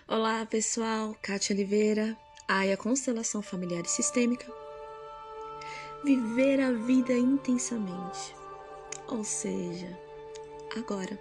Olá pessoal, Kátia Oliveira, a Constelação Familiar e Sistêmica. Viver a vida intensamente, ou seja, agora.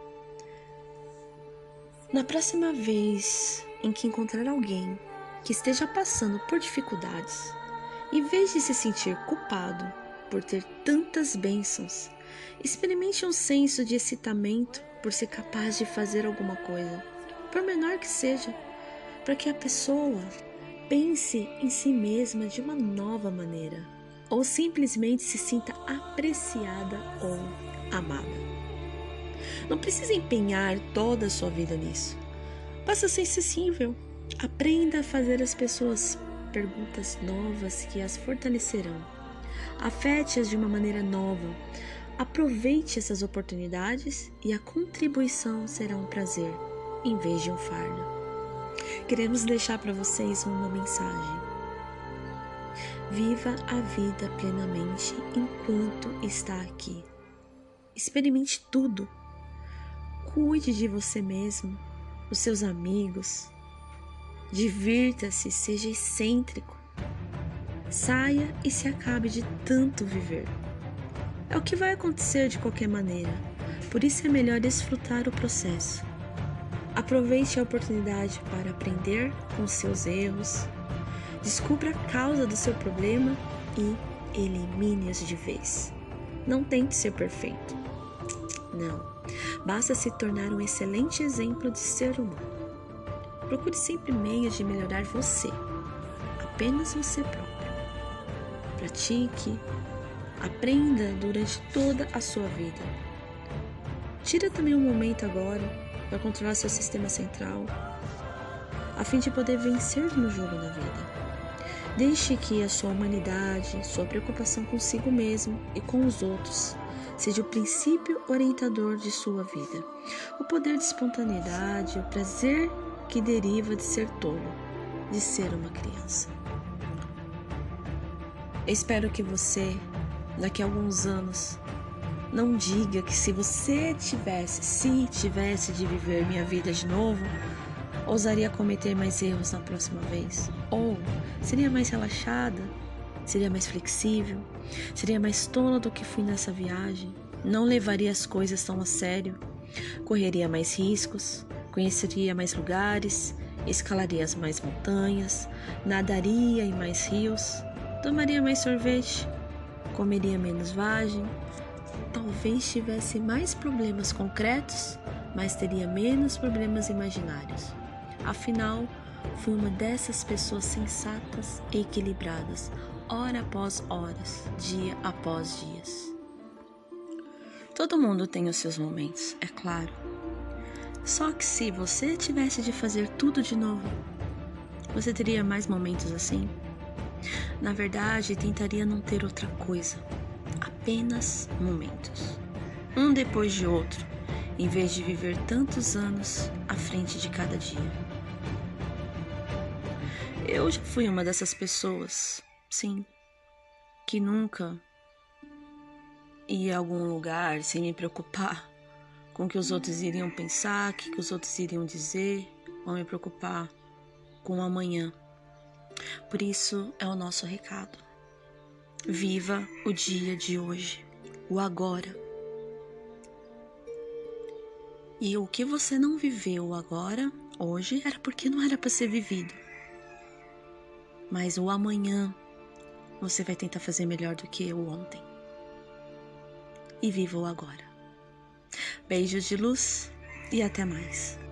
Na próxima vez em que encontrar alguém que esteja passando por dificuldades, em vez de se sentir culpado por ter tantas bênçãos, experimente um senso de excitamento por ser capaz de fazer alguma coisa, por menor que seja, para que a pessoa pense em si mesma de uma nova maneira, ou simplesmente se sinta apreciada ou amada. Não precisa empenhar toda a sua vida nisso. Basta ser sensível. Aprenda a fazer as pessoas perguntas novas que as fortalecerão. Afete-as de uma maneira nova. Aproveite essas oportunidades e a contribuição será um prazer, em vez de um fardo. Queremos deixar para vocês uma mensagem. Viva a vida plenamente enquanto está aqui. Experimente tudo. Cuide de você mesmo, dos seus amigos. Divirta-se, seja excêntrico. Saia e se acabe de tanto viver. É o que vai acontecer de qualquer maneira, por isso é melhor desfrutar o processo. Aproveite a oportunidade para aprender com seus erros, descubra a causa do seu problema e elimine-os de vez. Não tente ser perfeito. Não, basta se tornar um excelente exemplo de ser humano. Procure sempre meios de melhorar você, apenas você próprio. Pratique, aprenda durante toda a sua vida. Tira também um momento agora para controlar seu sistema central, a fim de poder vencer no jogo da vida. Deixe que a sua humanidade, sua preocupação consigo mesmo e com os outros seja o princípio orientador de sua vida. O poder de espontaneidade, o prazer que deriva de ser tolo, de ser uma criança. Eu espero que você, daqui a alguns anos, não diga que se tivesse de viver minha vida de novo, ousaria cometer mais erros na próxima vez. Ou seria mais relaxada, seria mais flexível, seria mais tola do que fui nessa viagem, não levaria as coisas tão a sério, correria mais riscos, conheceria mais lugares, escalaria mais montanhas, nadaria em mais rios, tomaria mais sorvete, comeria menos vagem, talvez tivesse mais problemas concretos, mas teria menos problemas imaginários. Afinal, fui uma dessas pessoas sensatas e equilibradas, hora após horas, dia após dias. Todo mundo tem os seus momentos, é claro. Só que se você tivesse de fazer tudo de novo, você teria mais momentos assim? Na verdade, tentaria não ter outra coisa, apenas momentos, um depois de outro, em vez de viver tantos anos à frente de cada dia. Eu já fui uma dessas pessoas, sim, que nunca ia a algum lugar sem me preocupar com o que os outros iriam pensar, o que os outros iriam dizer, ou me preocupar com o amanhã. Por isso é o nosso recado. Viva o dia de hoje, o agora. E o que você não viveu agora, hoje, era porque não era para ser vivido. Mas o amanhã você vai tentar fazer melhor do que o ontem. E viva o agora. Beijos de luz e até mais.